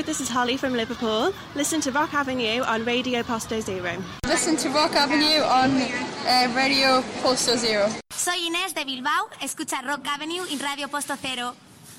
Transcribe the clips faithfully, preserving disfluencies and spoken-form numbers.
Hello, this is Holly from Liverpool. Listen to Rock Avenue on Radio Posto Zero. Listen to Rock Avenue on uh, Radio Posto Zero. Soy Inés de Bilbao. Escucha Rock Avenue en Radio Posto Cero.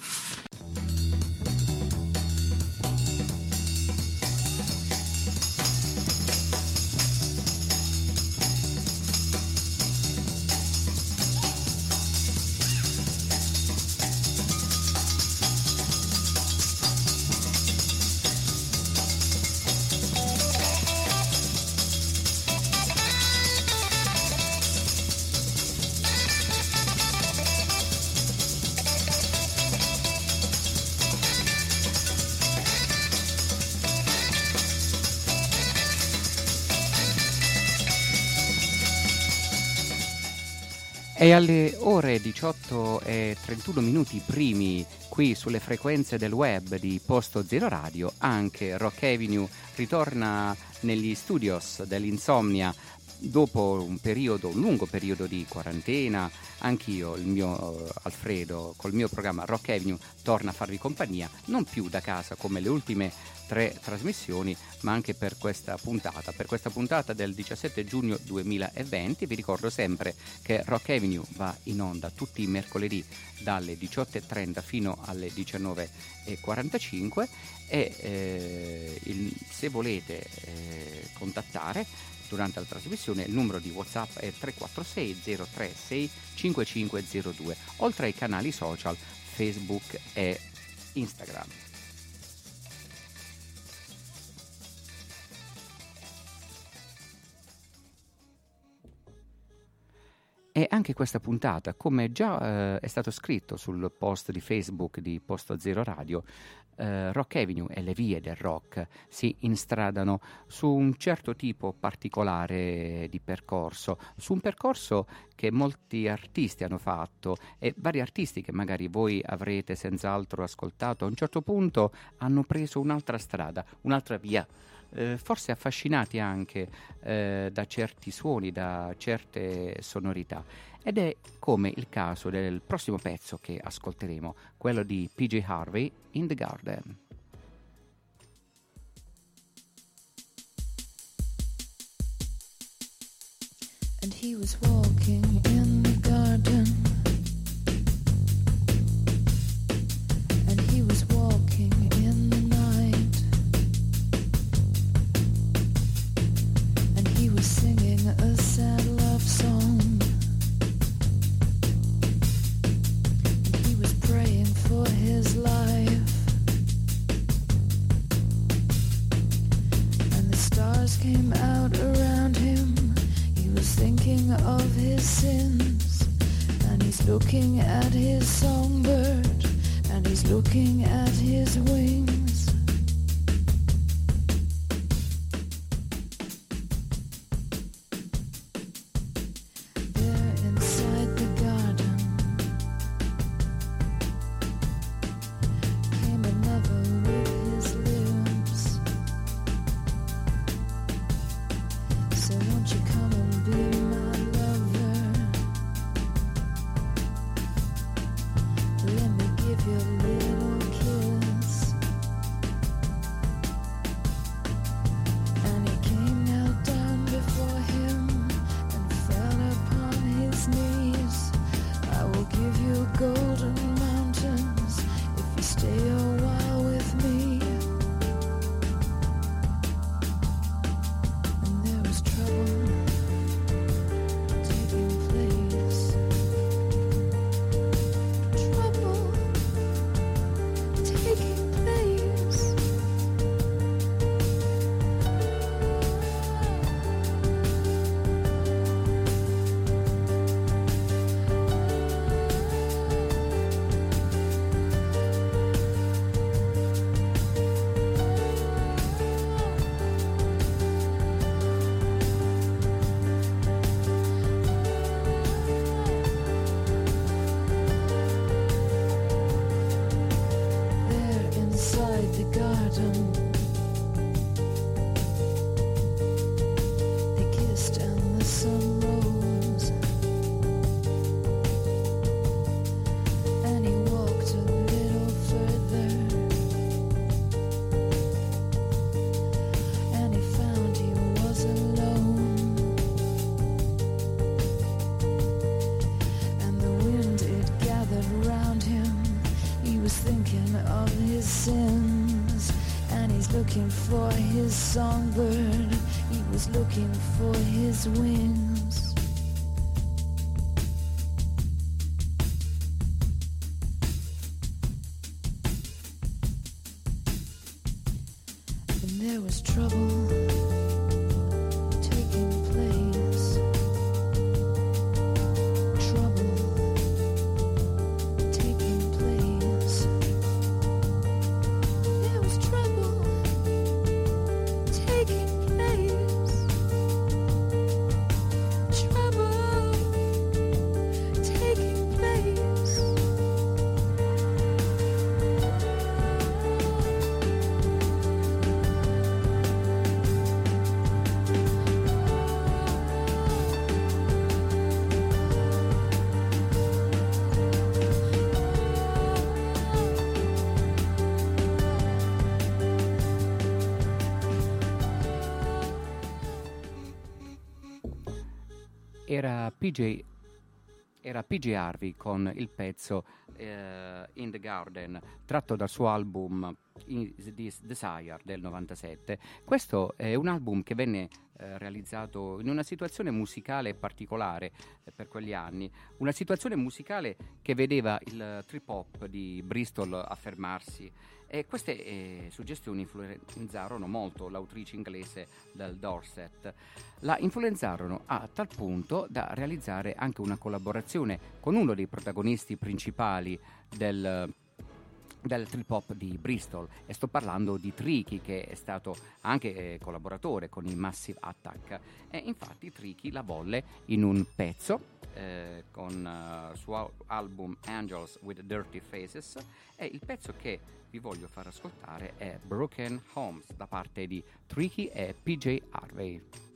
E alle ore diciotto e trentuno minuti primi, qui sulle frequenze del web di Posto Zero Radio, anche Rock Avenue ritorna negli studios dell'Insomnia dopo un periodo, un lungo periodo di quarantena. Anch'io, il mio uh, Alfredo, col mio programma Rock Avenue, torna a farvi compagnia, non più da casa come le ultime tre trasmissioni, ma anche per questa puntata, per questa puntata del diciassette giugno duemilaventi. Vi ricordo sempre che Rock Avenue va in onda tutti i mercoledì dalle diciotto e trenta fino alle diciannove e quarantacinque e eh, il, se volete eh, contattare durante la trasmissione il numero di WhatsApp è tre quattro sei zero tre sei cinque cinque zero due, oltre ai canali social Facebook e Instagram. E anche questa puntata, come già eh, è stato scritto sul post di Facebook di Posto Zero Radio, eh, Rock Avenue e le vie del rock si instradano su un certo tipo particolare di percorso, su un percorso che molti artisti hanno fatto e vari artisti che magari voi avrete senz'altro ascoltato a un certo punto hanno preso un'altra strada, un'altra via. Eh, forse affascinati anche eh, da certi suoni, da certe sonorità, ed è come il caso del prossimo pezzo che ascolteremo, quello di P J Harvey, In the Garden. And he was walking in the garden, and he was walking in the night, and he was singing a sad love song, and he was praying for his life, and the stars came out around him. He was thinking of his sins, and he's looking at his songbird, and he's looking at his wings. There inside the garden came another with his lips. So won't you come and be my lover? Let me give you a little kiss. And he came, knelt down before him, and fell upon his knees. I will give you golden mountains if you stay a while with me. And there was trouble taking place. Trouble taking place. There inside the garden, they kissed and the sun rose, and he walked a little further, looking for his songbird, he was looking for his wings. And there was trouble taking place. Trouble taking place. There was trouble taking place. Trouble taking place. Era P J era P J Harvey con il pezzo eh, In the Garden, tratto dal suo album In This Desire del novantasette. Questo è un album che venne eh, realizzato in una situazione musicale particolare eh, per quegli anni, una situazione musicale che vedeva il trip hop di Bristol affermarsi, e queste eh, suggestioni influenzarono molto l'autrice inglese del Dorset. La influenzarono a tal punto da realizzare anche una collaborazione con uno dei protagonisti principali del del trip hop di Bristol, e sto parlando di Tricky, che è stato anche eh, collaboratore con i Massive Attack, e infatti Tricky la volle in un pezzo eh, con il uh, suo album Angels with Dirty Faces, e il pezzo che vi voglio far ascoltare è Broken Homes da parte di Tricky e P J Harvey.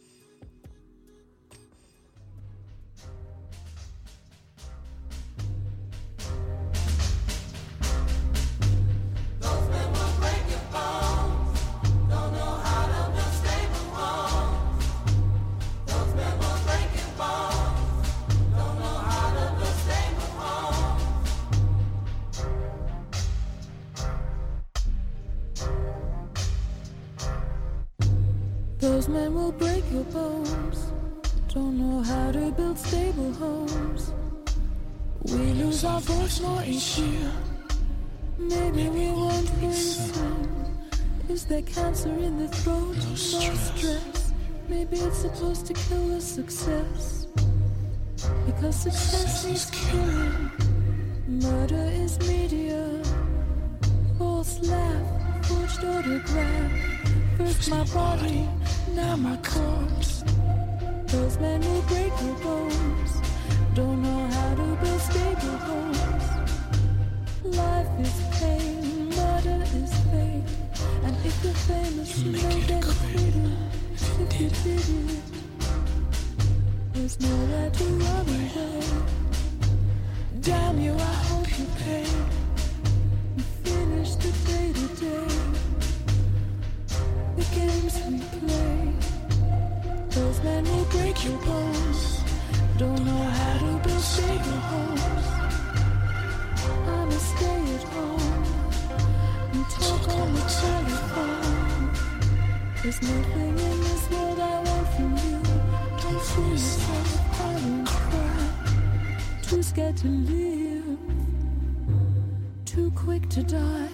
Those men will break your bones, don't know how to build stable homes. We lose our voice more each year, maybe we won't hear soon. Is there cancer in the throat? No stress. Maybe it's supposed to kill the success, because success needs killing. Murder is media, false laugh, forged autograph. First my body, now my corpse. Those men will break your bones, don't know how to build stable homes. Life is pain, murder is fate, and if you're famous you may get acquitted. If you did it, there's nowhere to run away. Damn you, I hope you pay and finish the day to day. The games we play, those men will break your bones, don't know how to build stable homes. I'ma stay at home and talk on the telephone. There's nothing in this world I want from you. Don't fool yourself, I won't cry. Too scared to live, too quick to die.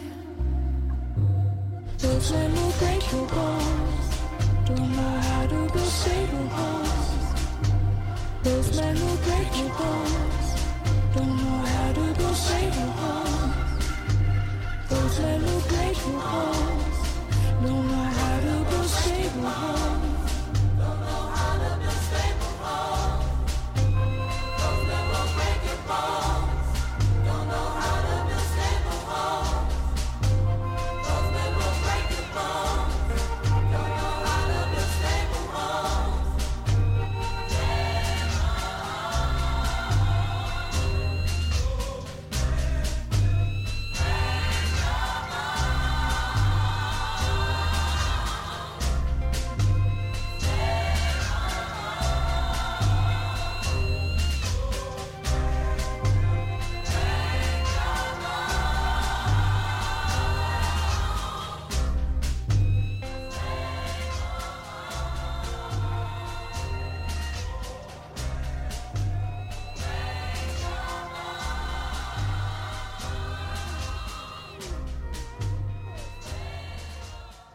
Those men will break your bones, don't know how to build stable homes. Those men will break your bones, don't know how to build stable homes. Those men will break your bones, don't know how to build stable homes. Don't know how to build stable homes. Those men will break your bones, don't know how to build stable homes. Those men will break your bones, don't know how to build stable homes.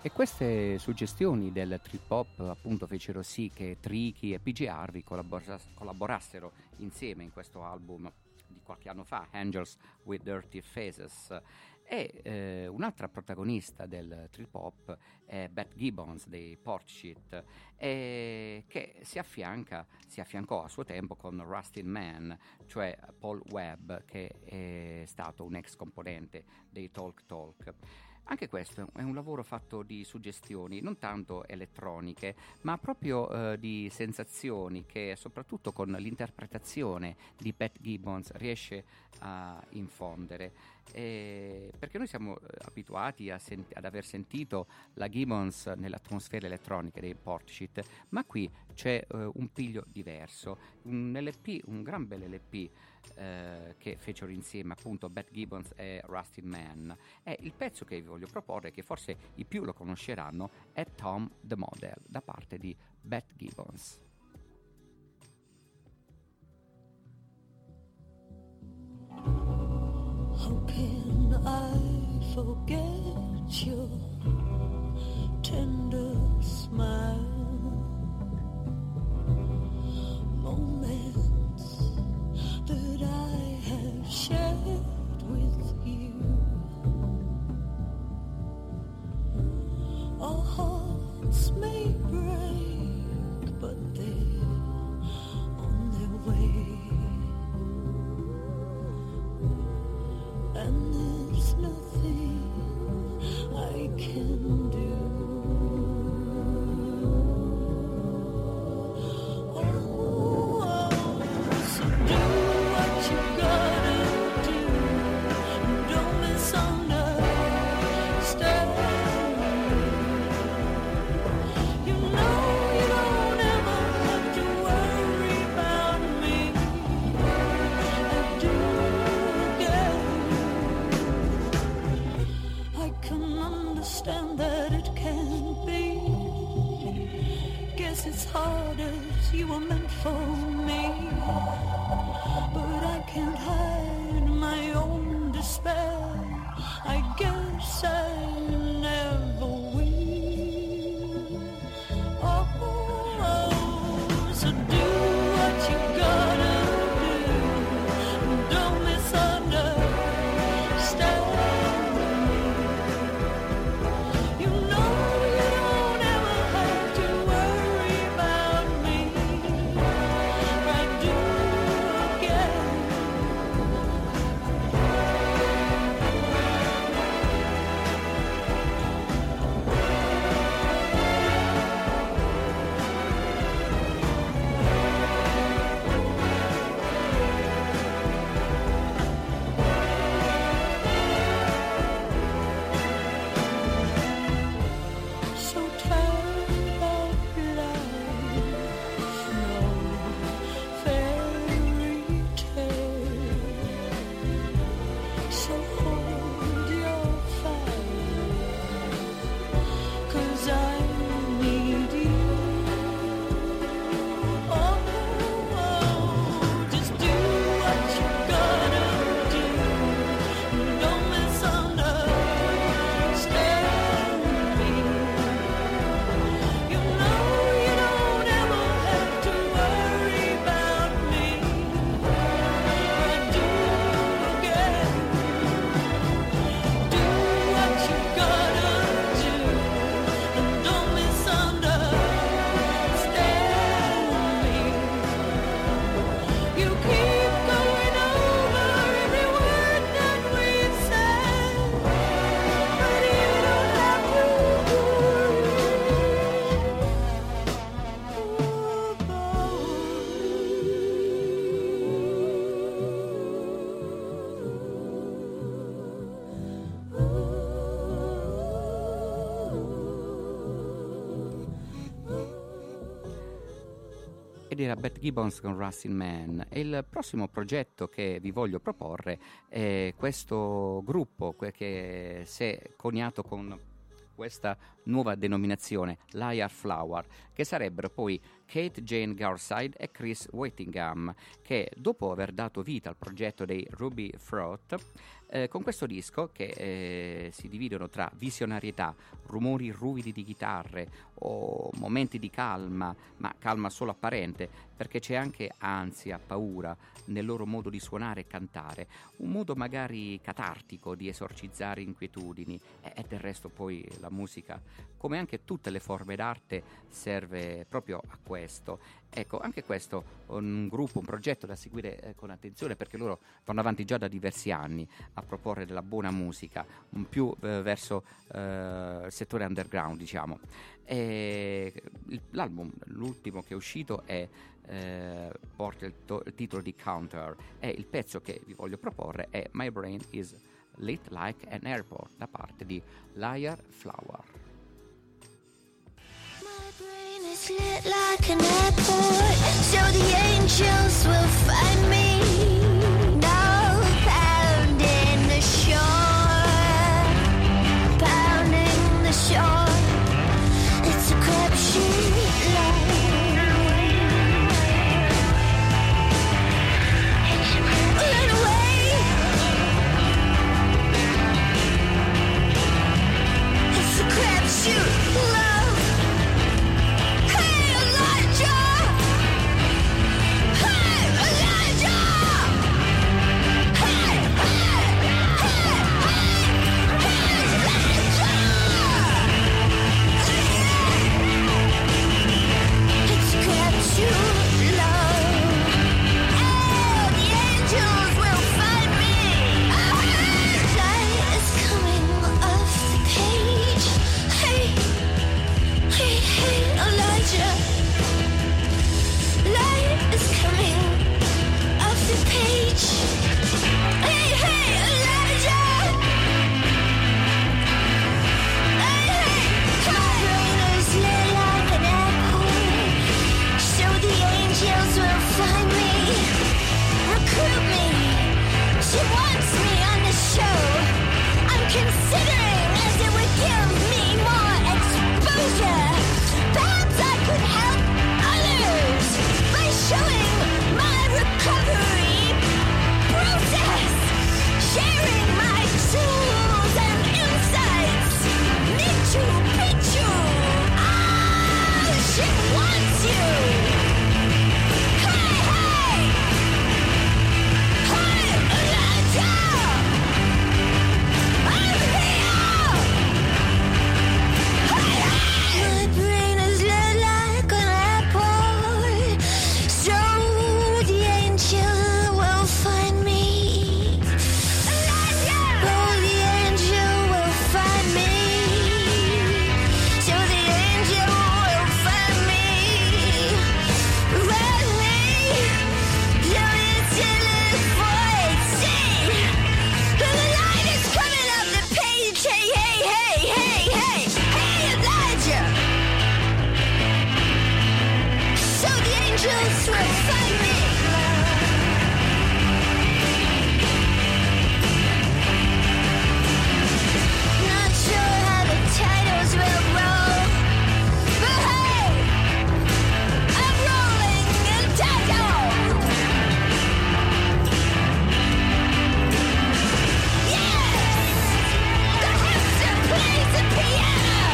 E queste suggestioni del trip hop appunto fecero sì che Tricky e P J Harvey collabora- collaborassero insieme in questo album di qualche anno fa, Angels with Dirty Faces. E eh, un'altra protagonista del trip hop è Beth Gibbons dei Portishead, eh, che si affianca si affiancò a suo tempo con Rustin Man, cioè Paul Webb, che è stato un ex componente dei Talk Talk. Anche questo è un lavoro fatto di suggestioni, non tanto elettroniche, ma proprio eh, di sensazioni che soprattutto con l'interpretazione di Beth Gibbons riesce a infondere. Eh, perché noi siamo eh, abituati a sent- ad aver sentito la Gibbons nell'atmosfera elettronica dei Portishead, ma qui c'è eh, un piglio diverso, un L P, un gran bel L P eh, che fecero insieme appunto Beth Gibbons e Rustin Man. E il pezzo che vi voglio proporre, che forse i più lo conosceranno, è Tom the Model da parte di Beth Gibbons. How can I forget your tender smile? Moments that I have shared with you. Our hearts may break, but they're on their way. And there's nothing I can do. Oh, oh, so do what you gotta do. Don't misunderstand. You know you don't ever have to worry about me. I do again. I can understand that it can't be. Guess it's hard as you were meant for me. But I can't hide my own despair. I guess I never will. Oh, oh, so do what you gotta do. Don't misunderstand. You know you don't ever have to worry about me. I do again. So tired of life, no fairy tale. So hold your fire, 'cause I need you. Oh, oh, just do what you gotta do. Don't misunderstand me. You know you don't ever have to worry about me. I do again. Do what you gotta do, and don't misunderstand me. You keep going over every word that we've said, but you don't have to Ed era Beth Gibbons con Rustin Man. E il prossimo progetto che vi voglio proporre è questo gruppo que- che si è coniato con questa nuova denominazione, Liar Flower, che sarebbero poi Kate Jane Garside e Chris Whittingham, che dopo aver dato vita al progetto dei Ruby Throat, eh, con questo disco, che eh, si dividono tra visionarietà, rumori ruvidi di chitarre o momenti di calma, ma calma solo apparente, perché c'è anche ansia, paura nel loro modo di suonare e cantare, un modo magari catartico di esorcizzare inquietudini, e, e del resto poi la musica, come anche tutte le forme d'arte, serve proprio a questo. Ecco, anche questo un gruppo, un progetto da seguire eh, con attenzione, perché loro vanno avanti già da diversi anni a proporre della buona musica, un più eh, verso eh, il settore underground, diciamo. E il, l'album, l'ultimo che è uscito, è eh, porta il, to- il titolo di Counter, e il pezzo che vi voglio proporre è My Brain is Lit Like an Airport, da parte di Liar Flower. It's lit like an airport, so the angels will find me. Now pounding the shore, pounding the shore. It's a crapshoot, love. Run away. It's a crapshoot, love.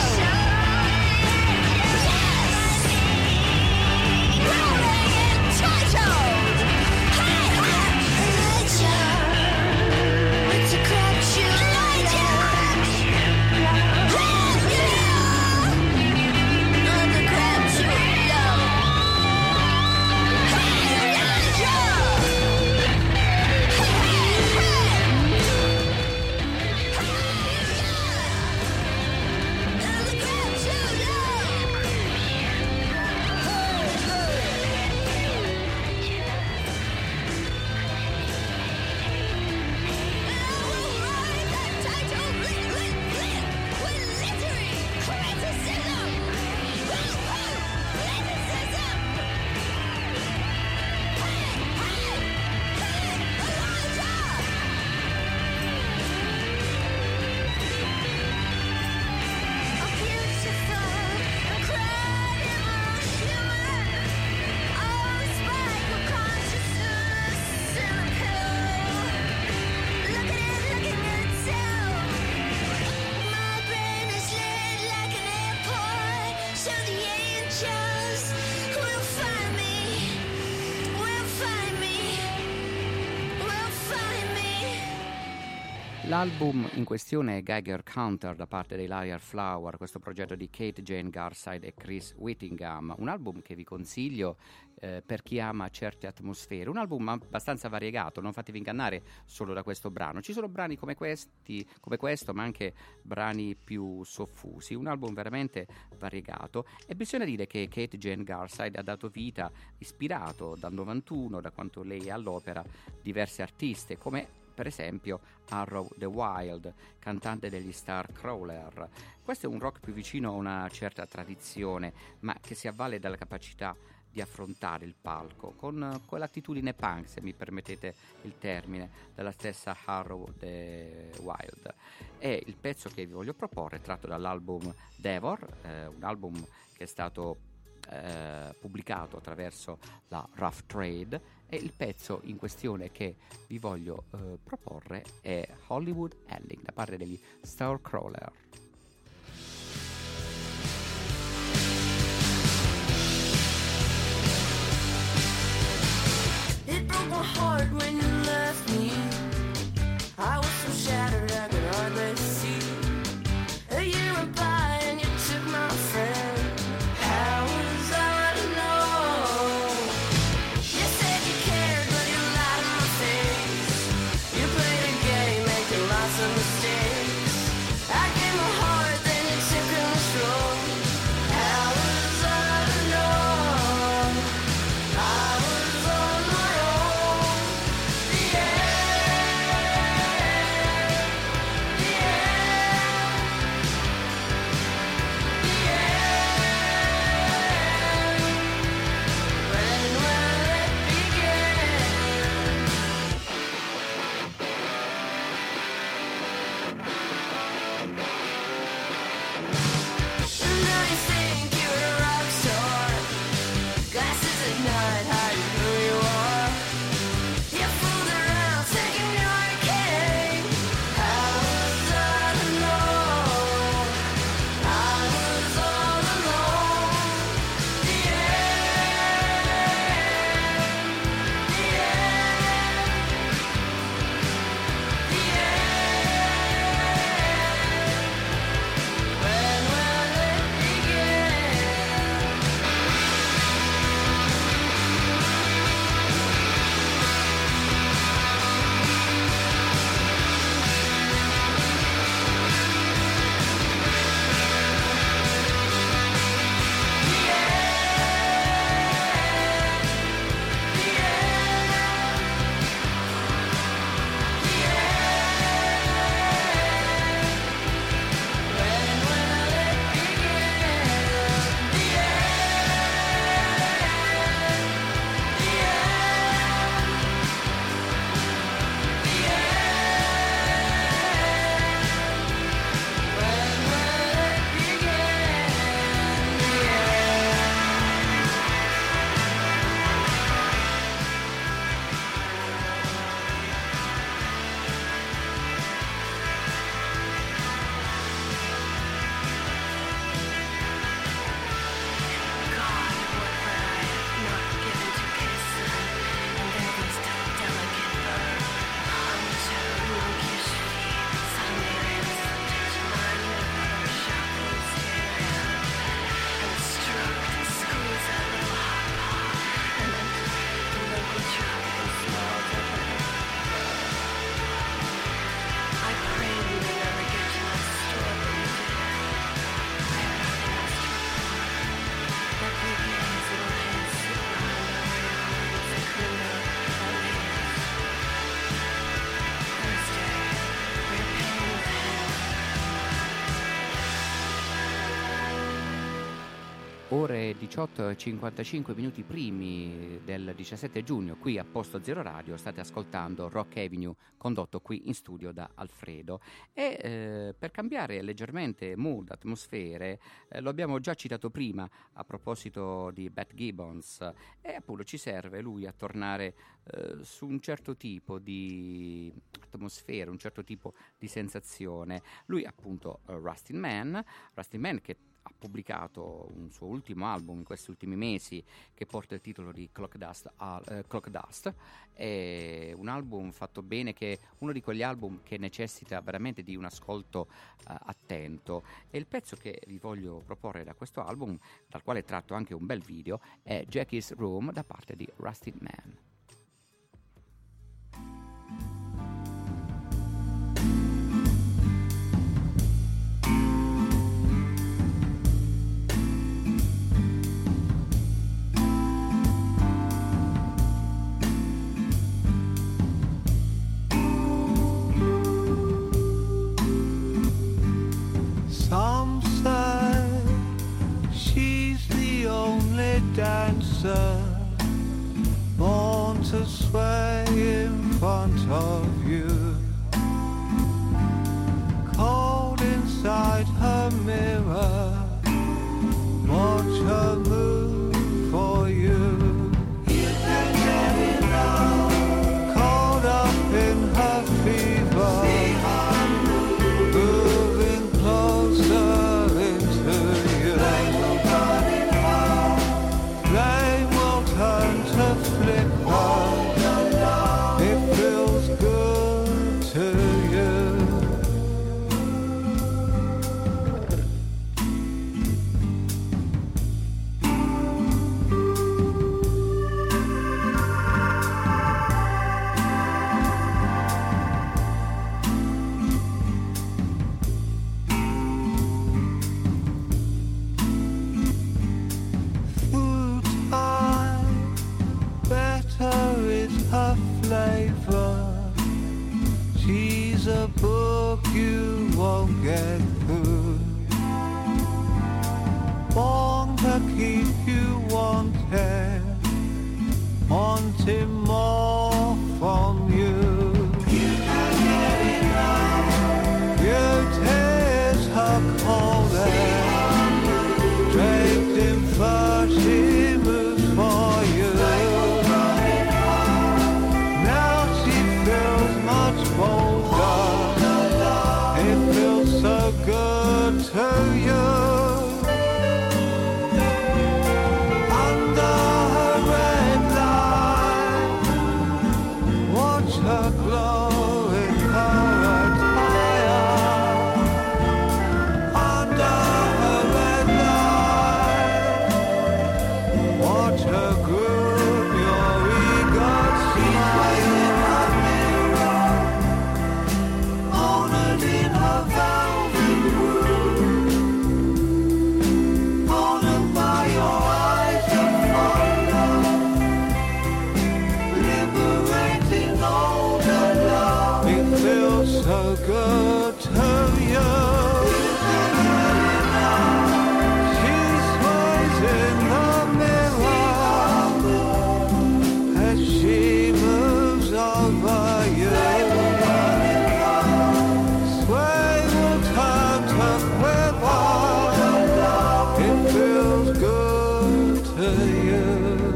Time L'album in questione è Geiger Counter da parte dei Liar Flower, questo progetto di Kate Jane Garside e Chris Whittingham, un album che vi consiglio eh, per chi ama certe atmosfere, un album abbastanza variegato, non fatevi ingannare solo da questo brano, ci sono brani come questi, come questo, ma anche brani più soffusi, un album veramente variegato, e bisogna dire che Kate Jane Garside ha dato vita, ispirato dal novantuno, da quanto lei è all'opera, diverse artiste come per esempio Arrow the Wild, cantante degli Starcrawler. Questo è un rock più vicino a una certa tradizione, ma che si avvale dalla capacità di affrontare il palco con quell'attitudine punk, se mi permettete il termine, della stessa Arrow the Wild. E il pezzo che vi voglio proporre è tratto dall'album Devor, eh, un album che è stato eh, pubblicato attraverso la Rough Trade, e il pezzo in questione che vi voglio eh, proporre è Hollywood Helling da parte degli Starcrawler. It broke my heart when you left me. I was so shattered I could hardly see. A year went by and you took my friend. How was I to know? You said you cared, but you lied in my face. You played a game, making lots of mistakes. I gave my heart, then you took control. How was I to know? I was on my own. The Ore diciotto e cinquantacinque minuti primi del diciassette giugno, qui a Posto Zero Radio, state ascoltando Rock Avenue, condotto qui in studio da Alfredo. E eh, per cambiare leggermente mood, atmosfere, eh, lo abbiamo già citato prima a proposito di Beth Gibbons, e appunto ci serve lui a tornare eh, su un certo tipo di atmosfera, un certo tipo di sensazione. Lui appunto uh, Rustin Man, Rustin Man che ha pubblicato un suo ultimo album in questi ultimi mesi che porta il titolo di Clock Dust, uh, Clock Dust. È un album fatto bene, che è uno di quegli album che necessita veramente di un ascolto uh, attento, e il pezzo che vi voglio proporre da questo album, dal quale è tratto anche un bel video, è Jackie's Room da parte di Rusty Man. Some say she's the only dancer born to sway in front of you. Cold inside her mirror, watch her move for you. You can get enough. Caught up in her fever, see her move, moving closer into you. Flame will burn in her, flame will turn to flicker. It feels good to you. Food time, better is her flavor. She's a book you won't get through. Born to keep you wanting, wanting more from you. You can get enough. You taste her cold air, draped in fur, she moves for you. Now she feels much bolder. It feels so good to you. Under her red light, watch her glow in her attire. Under her red light, watch her groom your eager smile. Honored in her velvet room, honored by your eyes of fire, liberating all the love. It feels so good to you. She smiles in the mirror as she moves over you. Sway will turn to quiver. It feels good to you.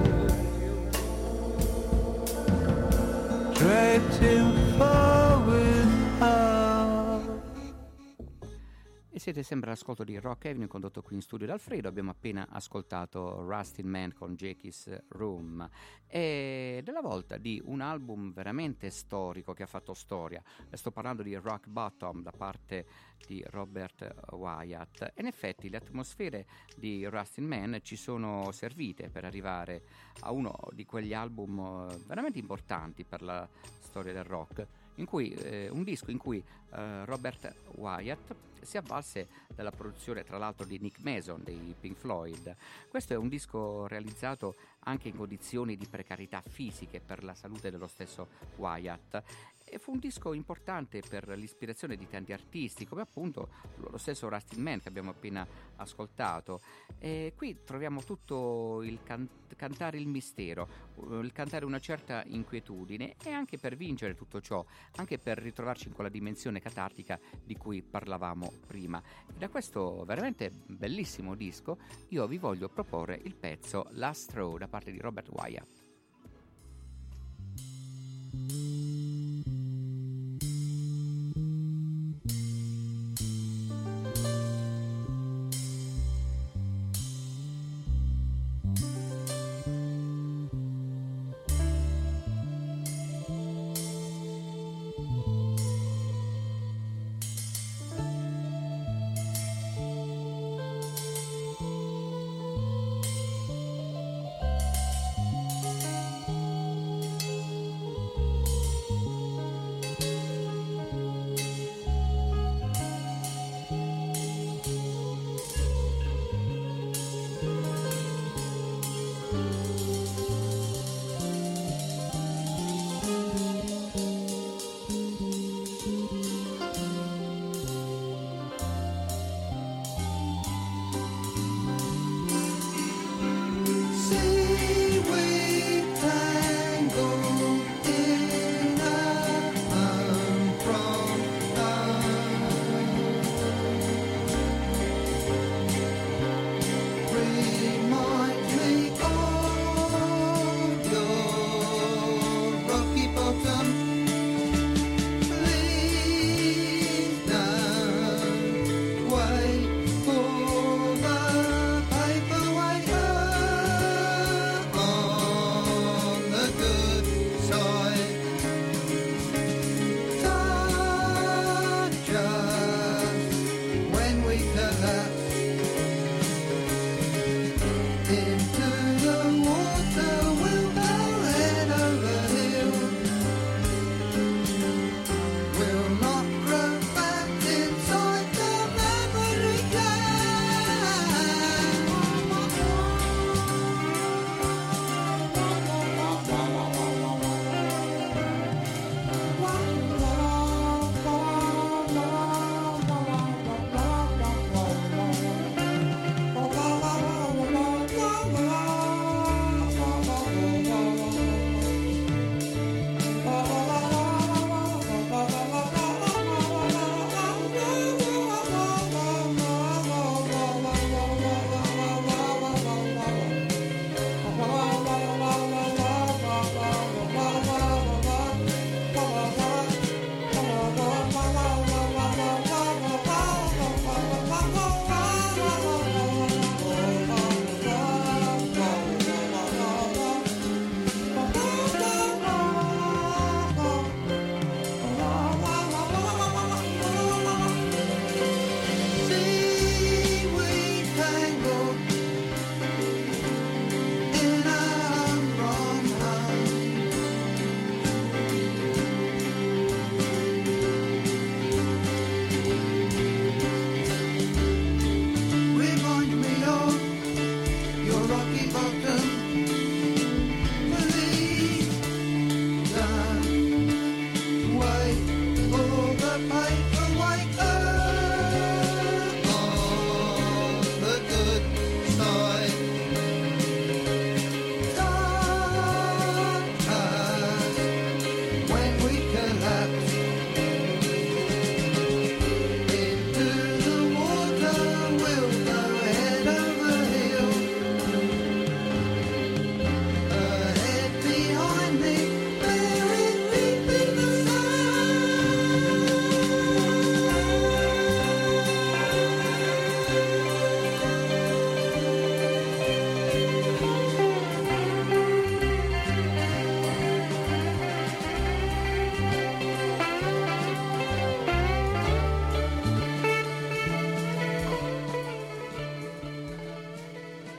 Draped in fur with her. E siete sempre all'ascolto di Rock Avenue, condotto qui in studio da Alfredo. Abbiamo appena ascoltato Rusty Man con Jackie's Room, e della volta di un album veramente storico che ha fatto storia. Sto parlando di Rock Bottom da parte di Robert Wyatt, e in effetti le atmosfere di Rusty Man ci sono servite per arrivare a uno di quegli album eh, veramente importanti per la storia del rock, in cui eh, un disco in cui eh, Robert Wyatt si avvalse della produzione, tra l'altro, di Nick Mason dei Pink Floyd. Questo è un disco realizzato anche in condizioni di precarietà fisiche per la salute dello stesso Wyatt, e fu un disco importante per l'ispirazione di tanti artisti, come appunto lo stesso Rusty Man che abbiamo appena ascoltato. E qui troviamo tutto il can- cantare il mistero, il cantare una certa inquietudine, e anche per vincere tutto ciò, anche per ritrovarci in quella dimensione catartica di cui parlavamo prima. E da questo veramente bellissimo disco io vi voglio proporre il pezzo Last Straw da parte di Robert Wyatt.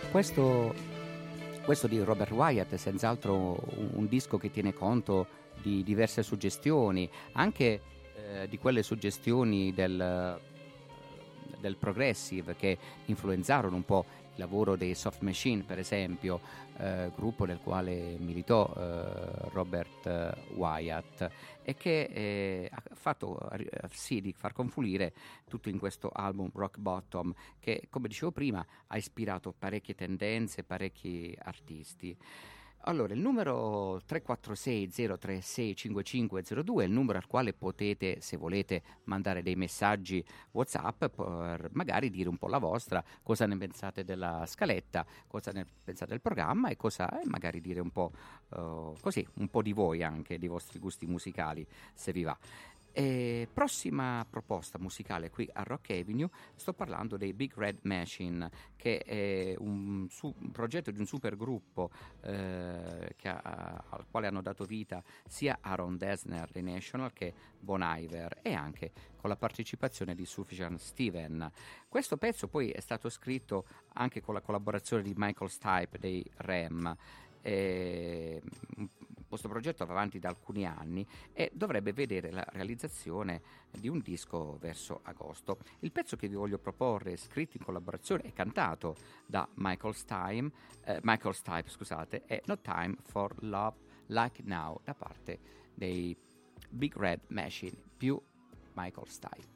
Questo, questo di Robert Wyatt è senz'altro un, un disco che tiene conto di diverse suggestioni, anche eh, di quelle suggestioni del, del progressive che influenzarono un po' il lavoro dei Soft Machine, per esempio, eh, gruppo del quale militò eh, Robert Wyatt, e che eh, ha fatto eh, sì di far confluire tutto in questo album Rock Bottom, che, come dicevo prima, ha ispirato parecchie tendenze, parecchi artisti. Allora, il numero tre quattro sei zero tre sei cinque cinque zero due è il numero al quale potete, se volete, mandare dei messaggi WhatsApp per magari dire un po' la vostra, cosa ne pensate della scaletta, cosa ne pensate del programma e cosa e magari dire un po' uh, così, un po' di voi anche, dei vostri gusti musicali, se vi va. E prossima proposta musicale qui a Rock Avenue, sto parlando dei Big Red Machine, che è un, su, un progetto di un supergruppo eh, che ha, al quale hanno dato vita sia Aaron Dessner dei National che Bon Iver, e anche con la partecipazione di Sufjan Stevens. Questo pezzo poi è stato scritto anche con la collaborazione di Michael Stipe dei R E M. E questo progetto va avanti da alcuni anni e dovrebbe vedere la realizzazione di un disco verso agosto. Il pezzo che vi voglio proporre, scritto in collaborazione e cantato da Michael Stipe, eh, Michael Stipe, scusate, è No Time for Love Like Now, da parte dei Big Red Machine più Michael Stipe.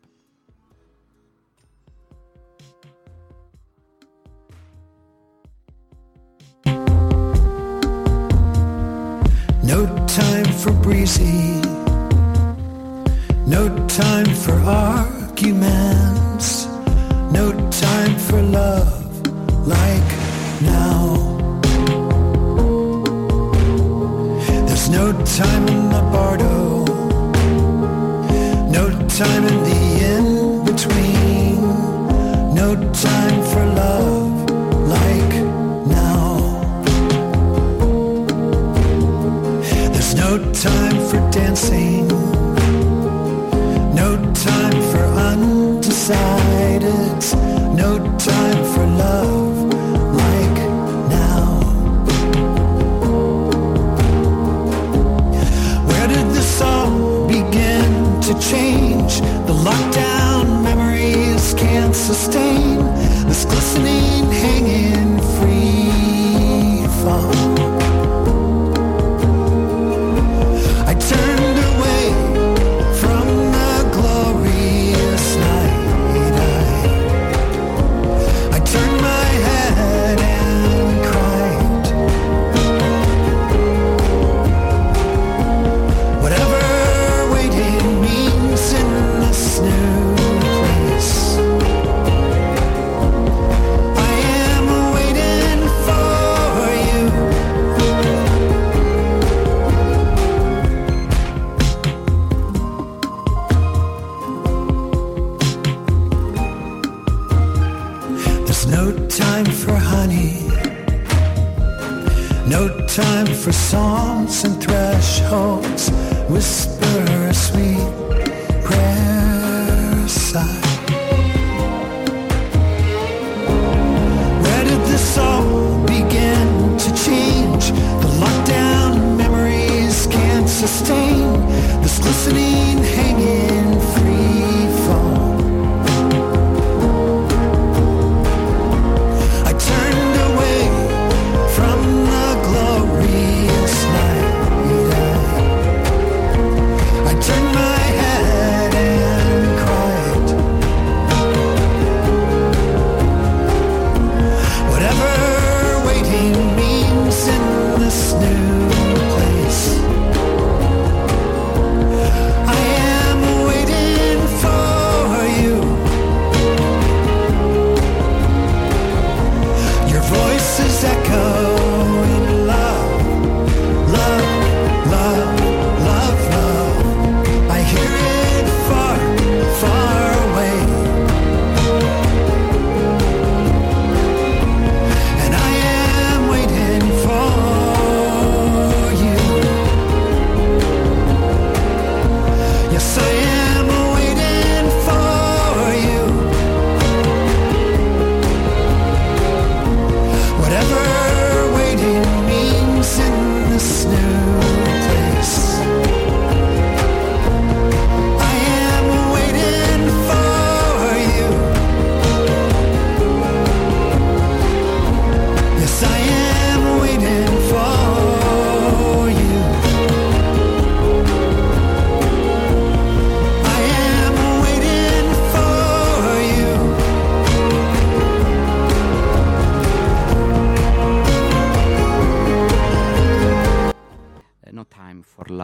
No time for breezy, no time for arguments, no time for love like now. There's no time in the bardo, no time in the in-between, no time for love like now. No time for dancing, no time for undecided, no time for love like now. Where did this all begin to change? The lockdown memories can't sustain this glistening, hanging free fall. Time for songs and thresholds, whisper a sweet prayer sigh. Where did this all begin to change? The lockdown memories can't sustain this glistening, hanging free fall. I turned away from the glorious night. I turned my head and cried. Whatever waiting means in this new place, I am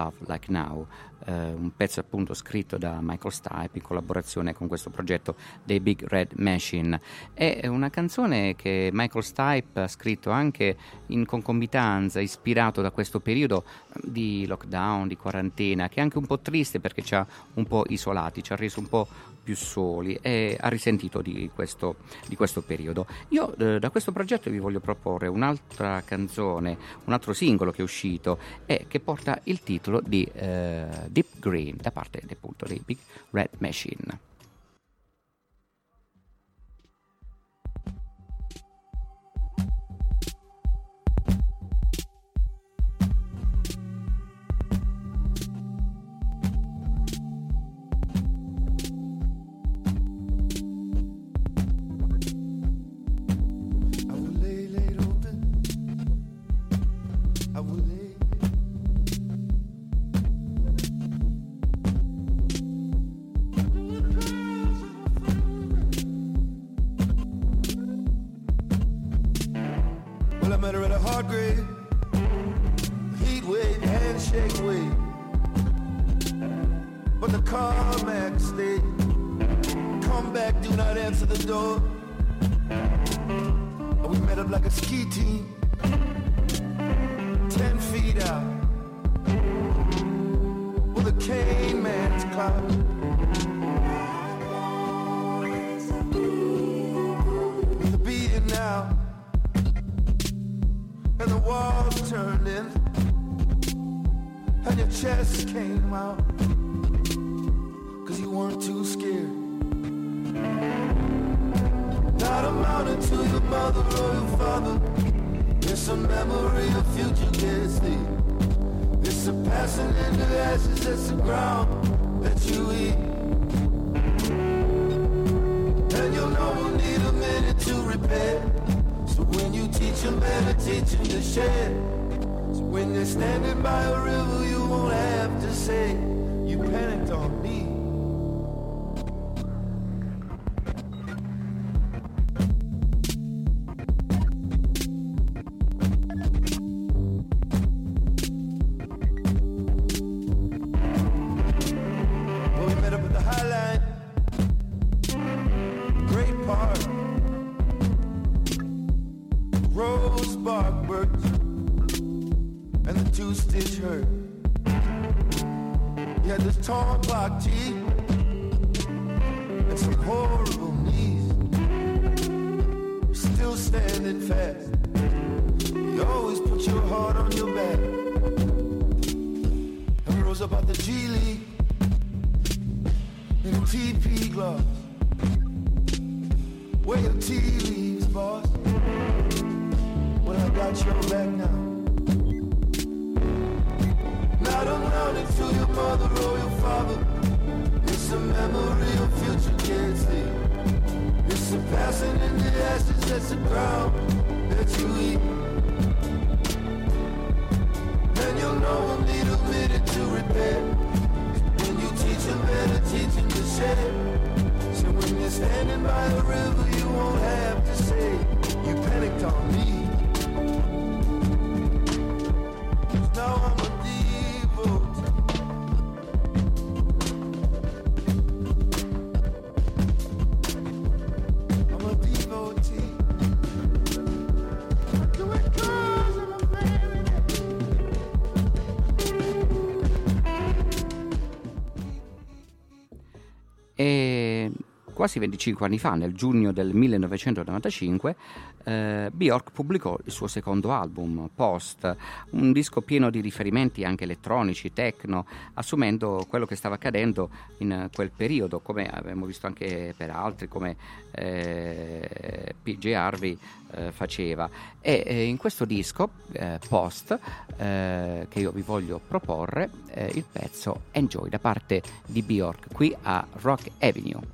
Love Like Now, eh, un pezzo appunto scritto da Michael Stipe in collaborazione con questo progetto dei Big Red Machine. È una canzone che Michael Stipe ha scritto anche in concomitanza, ispirato da questo periodo di lockdown, di quarantena, che è anche un po' triste perché ci ha un po' isolati, ci ha reso un po' più soli e ha risentito di questo, di questo periodo. Io eh, da questo progetto vi voglio proporre un'altra canzone, un altro singolo che è uscito e che porta il titolo di eh, Deep Green da parte appunto dei Big Red Machine. E quasi venticinque anni fa, nel giugno del millenovecentonovantacinque, eh, Björk pubblicò il suo secondo album, Post, un disco pieno di riferimenti anche elettronici, techno, assumendo quello che stava accadendo in quel periodo, come abbiamo visto anche per altri, come eh, P J Harvey eh, faceva. E eh, in questo disco, eh, Post, eh, che io vi voglio proporre, eh, il pezzo Enjoy da parte di Björk, qui a Rock Avenue.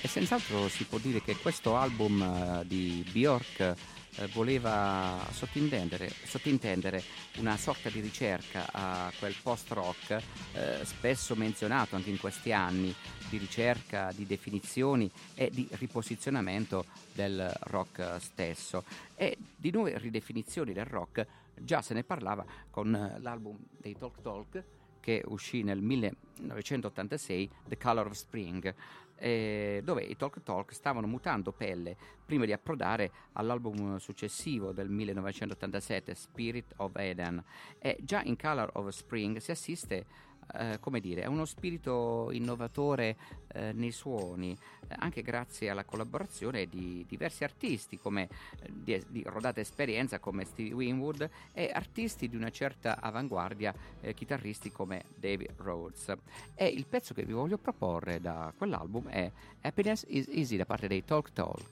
e senz'altro si può dire che questo album eh, di Björk eh, voleva sottintendere, sottintendere una sorta di ricerca a quel post-rock eh, spesso menzionato anche in questi anni, di ricerca di definizioni e di riposizionamento del rock stesso. E di nuove ridefinizioni del rock già se ne parlava con l'album dei Talk Talk, che uscì nel millenovecentottantasei, The Color of Spring, eh, dove i Talk Talk stavano mutando pelle prima di approdare all'album successivo del millenovecentottantasette, Spirit of Eden. E già in Color of Spring si assiste eh, come dire, a uno spirito innovatore eh, nei suoni, eh, anche grazie alla collaborazione di diversi artisti come eh, di, di rodata esperienza come Stevie Winwood e artisti di una certa avanguardia, eh, chitarristi come David Rhodes. E il pezzo che vi voglio proporre da quell'album è Happiness is Easy da parte dei Talk Talk.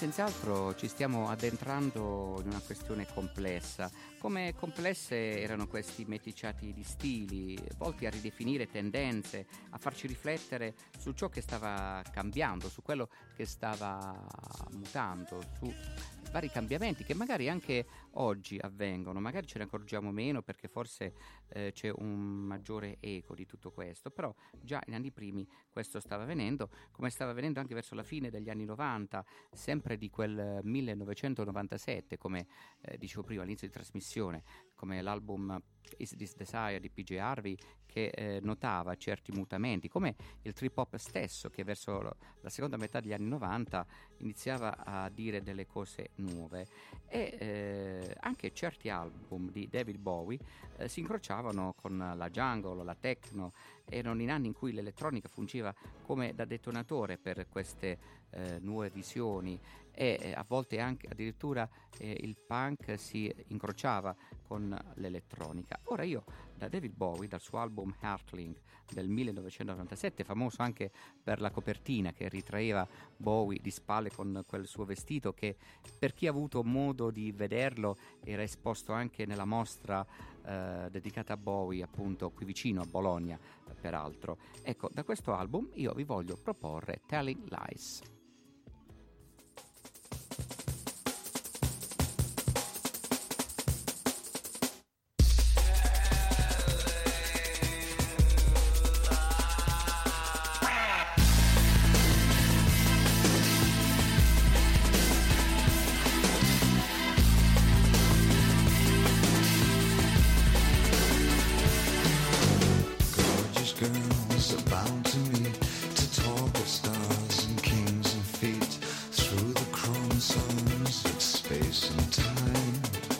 senz'altro ci stiamo addentrando in una questione complessa. Come complesse erano questi meticciati di stili, volti a ridefinire tendenze, a farci riflettere su ciò che stava cambiando, su quello che stava mutando, su vari cambiamenti che magari anche oggi avvengono, magari ce ne accorgiamo meno perché forse eh, c'è un maggiore eco di tutto questo, però già in anni primi questo stava avvenendo, come stava avvenendo anche verso la fine degli anni novanta, sempre di quel millenovecentonovantasette, come eh, dicevo prima all'inizio di trasmissione, come l'album Is This Desire di P J Harvey, che eh, notava certi mutamenti, come il trip hop stesso, che verso la seconda metà degli anni novanta iniziava a dire delle cose nuove, e eh, anche certi album di David Bowie eh, si incrociavano con la jungle, la techno. Erano in anni in cui l'elettronica fungeva come da detonatore per queste eh, nuove visioni, e eh, a volte anche addirittura eh, il punk si incrociava con l'elettronica. Ora io da David Bowie, dal suo album Heartling del millenovecentonovantasette, famoso anche per la copertina che ritraeva Bowie di spalle con quel suo vestito che, per chi ha avuto modo di vederlo, era esposto anche nella mostra eh, dedicata a Bowie, appunto qui vicino a Bologna, peraltro. Ecco, da questo album io vi voglio proporre Telling Lies. Girls are bound to me to talk of stars and kings and feet through the chromosomes of space and time.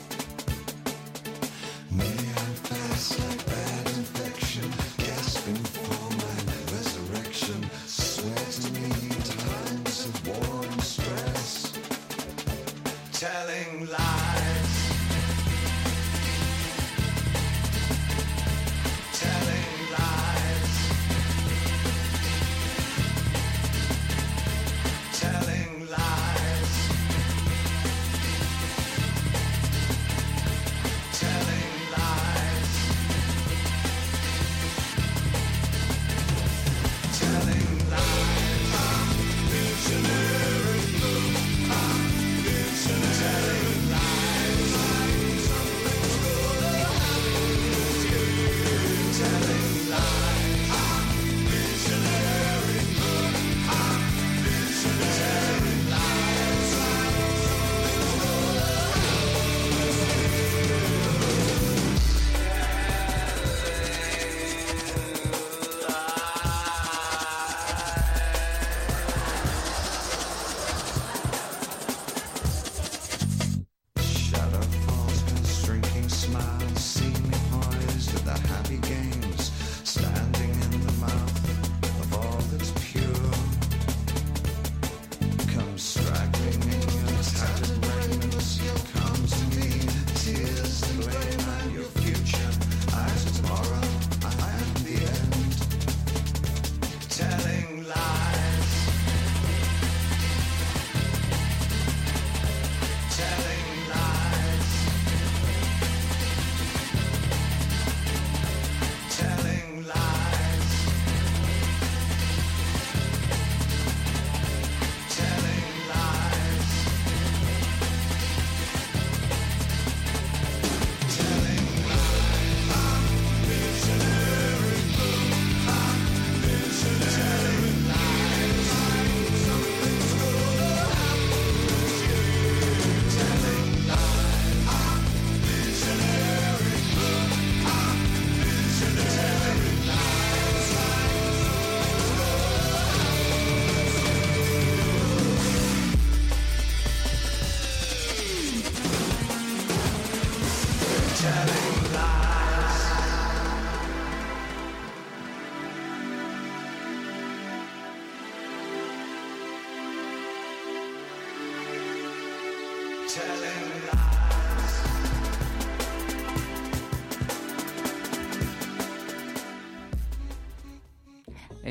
May I pass like bad infection, gasping for my resurrection, swear to me times of war and stress, telling lies.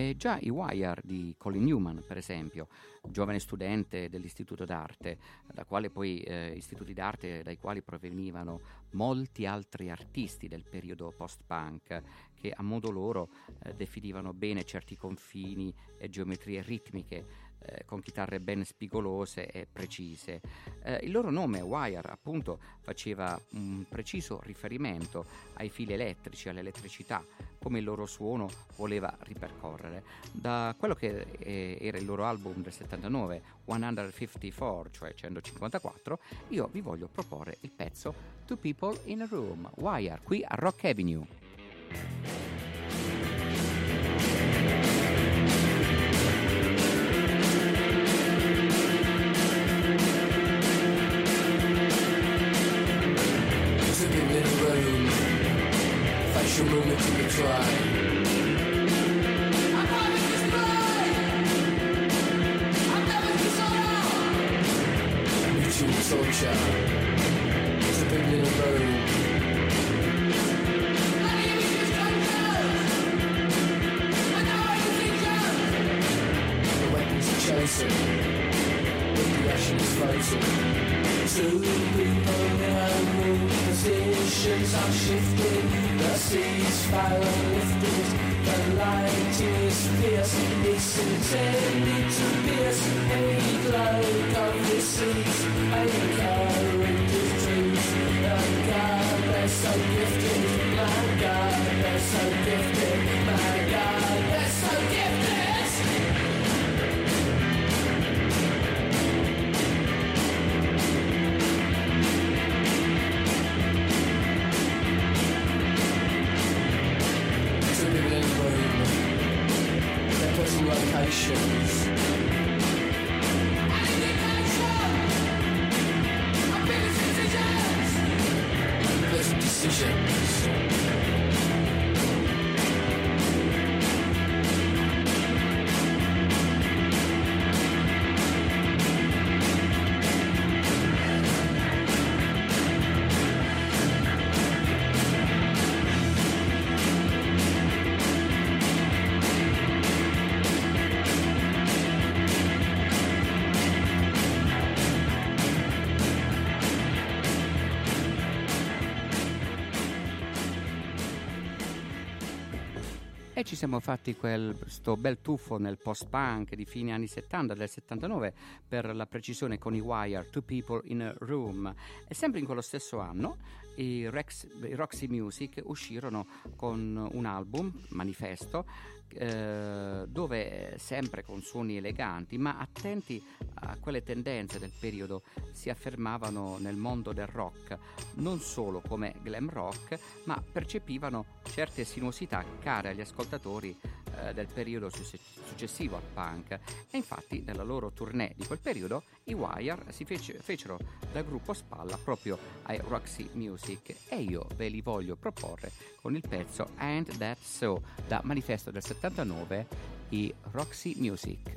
E già i Wire di Colin Newman, per esempio, giovane studente dell'Istituto d'Arte, da quale poi eh, istituti d'arte dai quali provenivano molti altri artisti del periodo post-punk, che a modo loro eh, definivano bene certi confini e geometrie ritmiche, eh, con chitarre ben spigolose e precise. Eh, il loro nome, Wire, appunto, faceva un preciso riferimento ai fili elettrici, all'elettricità, come il loro suono voleva ripercorrere. Da quello che eh, era il loro album del settantanove, centocinquantaquattro, cioè centocinquantaquattro, io vi voglio proporre il pezzo Two People in a Room, Wire, qui a Rock Avenue. Faccio un momento virtuale. I'm having this play. I'm never too sold out. Mutual torture. It's a big little room. I need you to strangers. I know I can teach you. The weapons are chosen. The action is frozen. Two people in a room, positions are shifting, the ceasefire lifted, the light is fierce, it's intended to pierce any cloak of the seas, and character's dreams. My God, they're so gifted, my God, they're so gifted, my God, they're so gifted. Locations. Pleasant decisions. E ci siamo fatti quel sto bel tuffo nel post-punk di fine anni settanta, del settantanove, per la precisione, con i Wire, Two People in a Room. E sempre in quello stesso anno i, Rex, i Roxy Music uscirono con un album, Manifesto, eh, dove sempre con suoni eleganti, ma attenti a quelle tendenze del periodo, si affermavano nel mondo del rock, non solo come glam rock, ma percepivano certe sinuosità care agli ascoltatori eh, del periodo su- successivo al punk. E infatti nella loro tournée di quel periodo i Wire si fece- fecero da gruppo spalla proprio ai Roxy Music, e io ve li voglio proporre con il pezzo Ain't That So, da Manifesto del settantanove, i Roxy Music.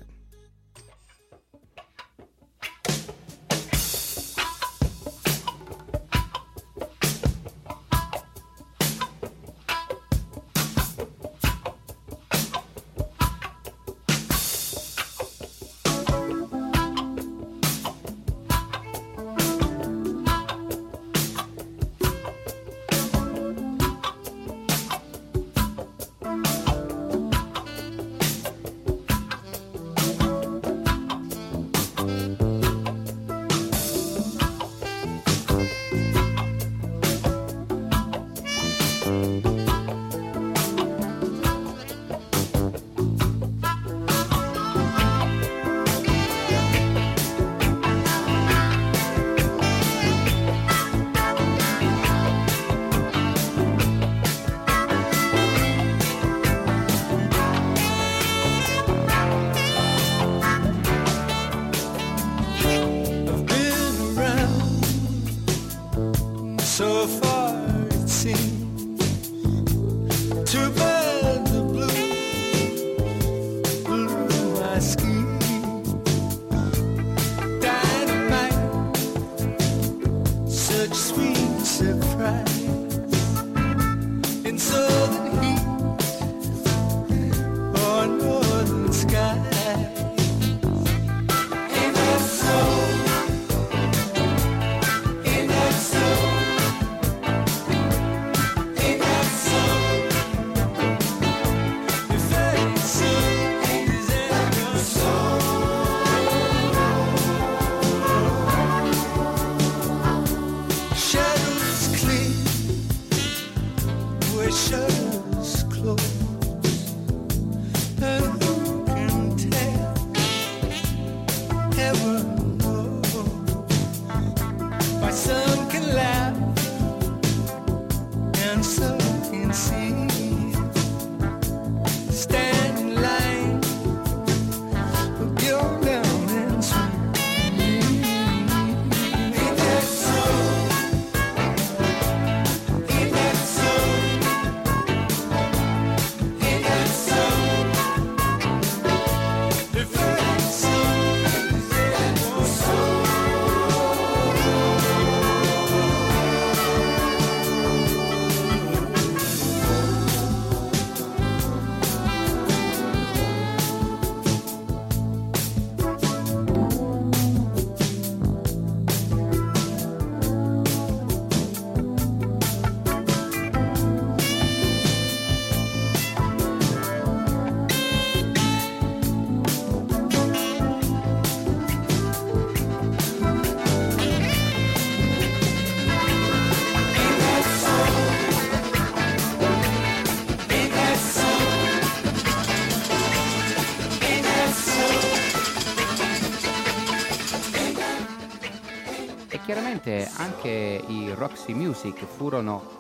So far it seems too bad the blue blew my scheme. Dynamite, such sweet surprise in southern heat. Oh no. wishes close. And who can tell? Heaven knows. My son can laugh and so can see. Stand in line for your love and sweet. Ain't that so? Ain't that so? Ain't that so? If that's so, is it so? E chiaramente anche i Roxy Music furono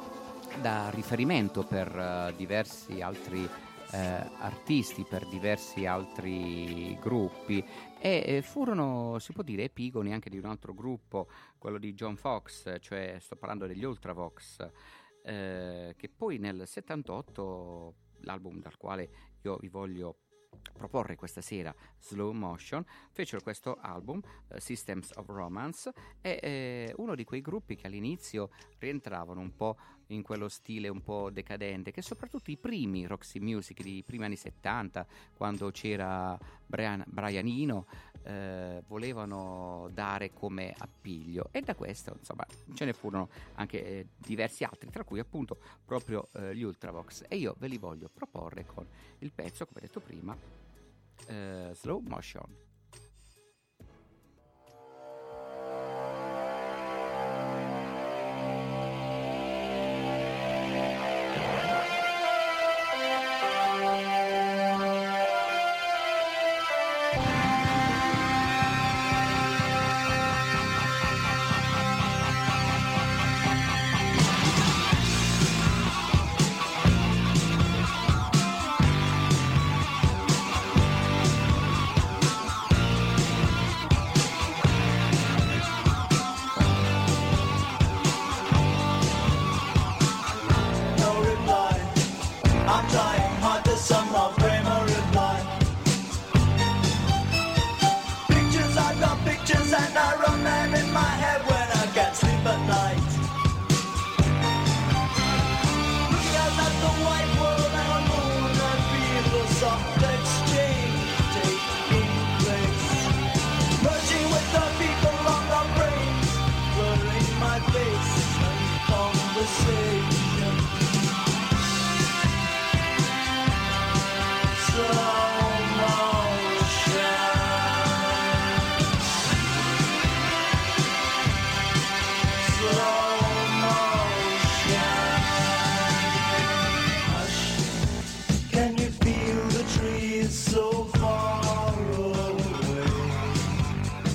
da riferimento per eh, diversi altri eh, artisti, per diversi altri gruppi e eh, furono, si può dire, epigoni anche di un altro gruppo, quello di John Fox, cioè sto parlando degli Ultravox, eh, che poi nel settantotto, l'album dal quale io vi voglio proporre questa sera, Slow Motion, fecero questo album, uh, Systems of Romance, e eh, uno di quei gruppi che all'inizio rientravano un po' in quello stile un po' decadente, che soprattutto i primi Roxy Music di primi anni settanta, quando c'era Brian, Brian Eno, eh, volevano dare come appiglio, e da questo insomma ce ne furono anche eh, diversi altri, tra cui appunto proprio eh, gli Ultravox, e io ve li voglio proporre con il pezzo, come detto prima, eh, Slow Motion.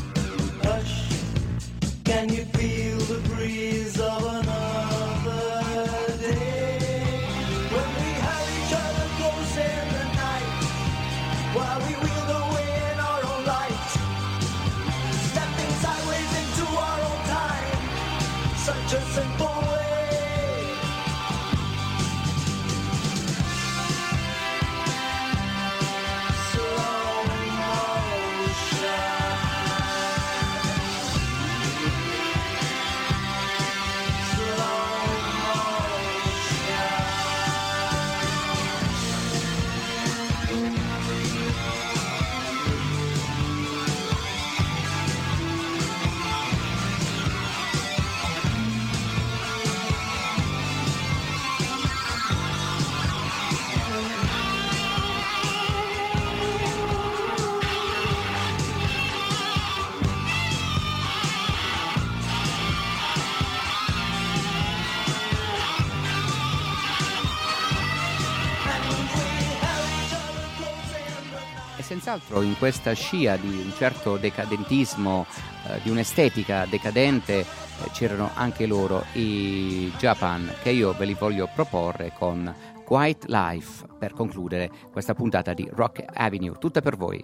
Can you feel the breeze of another senz'altro in questa scia di un certo decadentismo, eh, di un'estetica decadente, eh, c'erano anche loro, i Japan, che io ve li voglio proporre con Quiet Life per concludere questa puntata di Rock Avenue, tutta per voi.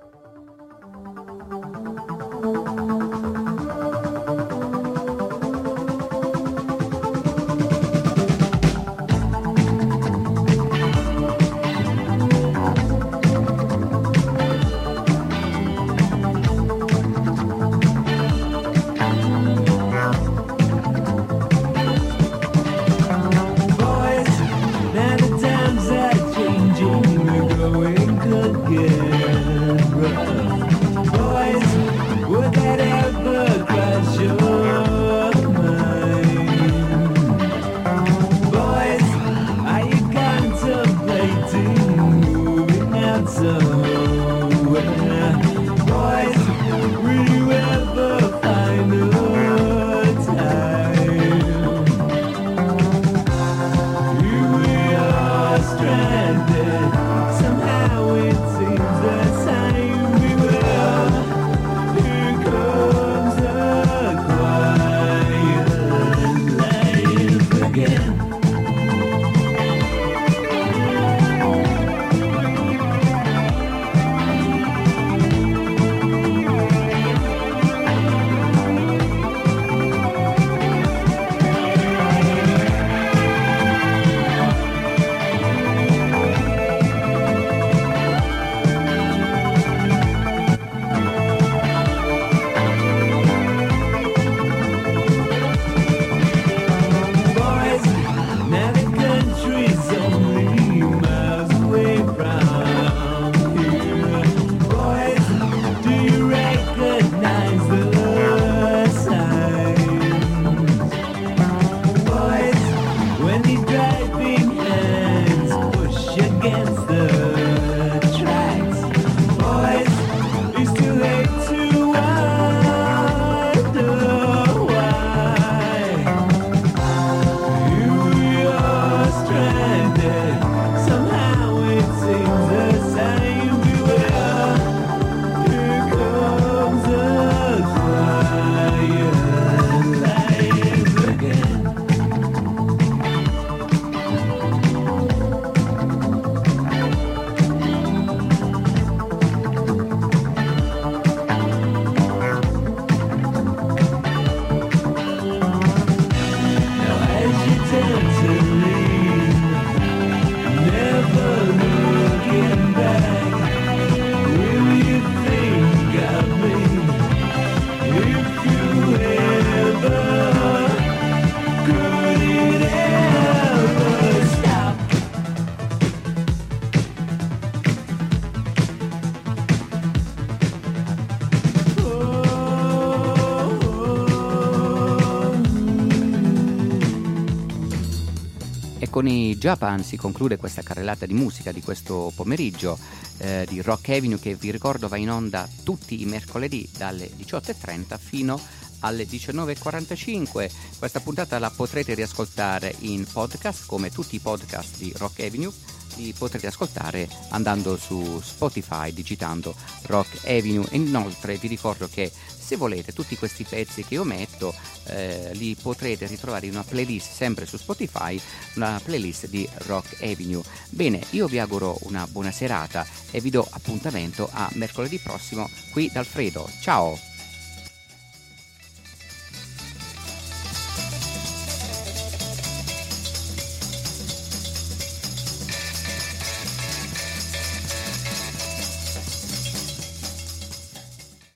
Con i Japan si conclude questa carrellata di musica di questo pomeriggio eh, di Rock Avenue, che vi ricordo va in onda tutti i mercoledì dalle diciotto e trenta fino alle diciannove e quarantacinque. Questa puntata la potrete riascoltare in podcast, come tutti i podcast di Rock Avenue. Li potrete ascoltare andando su Spotify, digitando Rock Avenue. E inoltre vi ricordo che se volete tutti questi pezzi che io metto eh, li potrete ritrovare in una playlist sempre su Spotify, una playlist di Rock Avenue. Bene, io vi auguro una buona serata e vi do appuntamento a mercoledì prossimo qui da Alfredo. Ciao!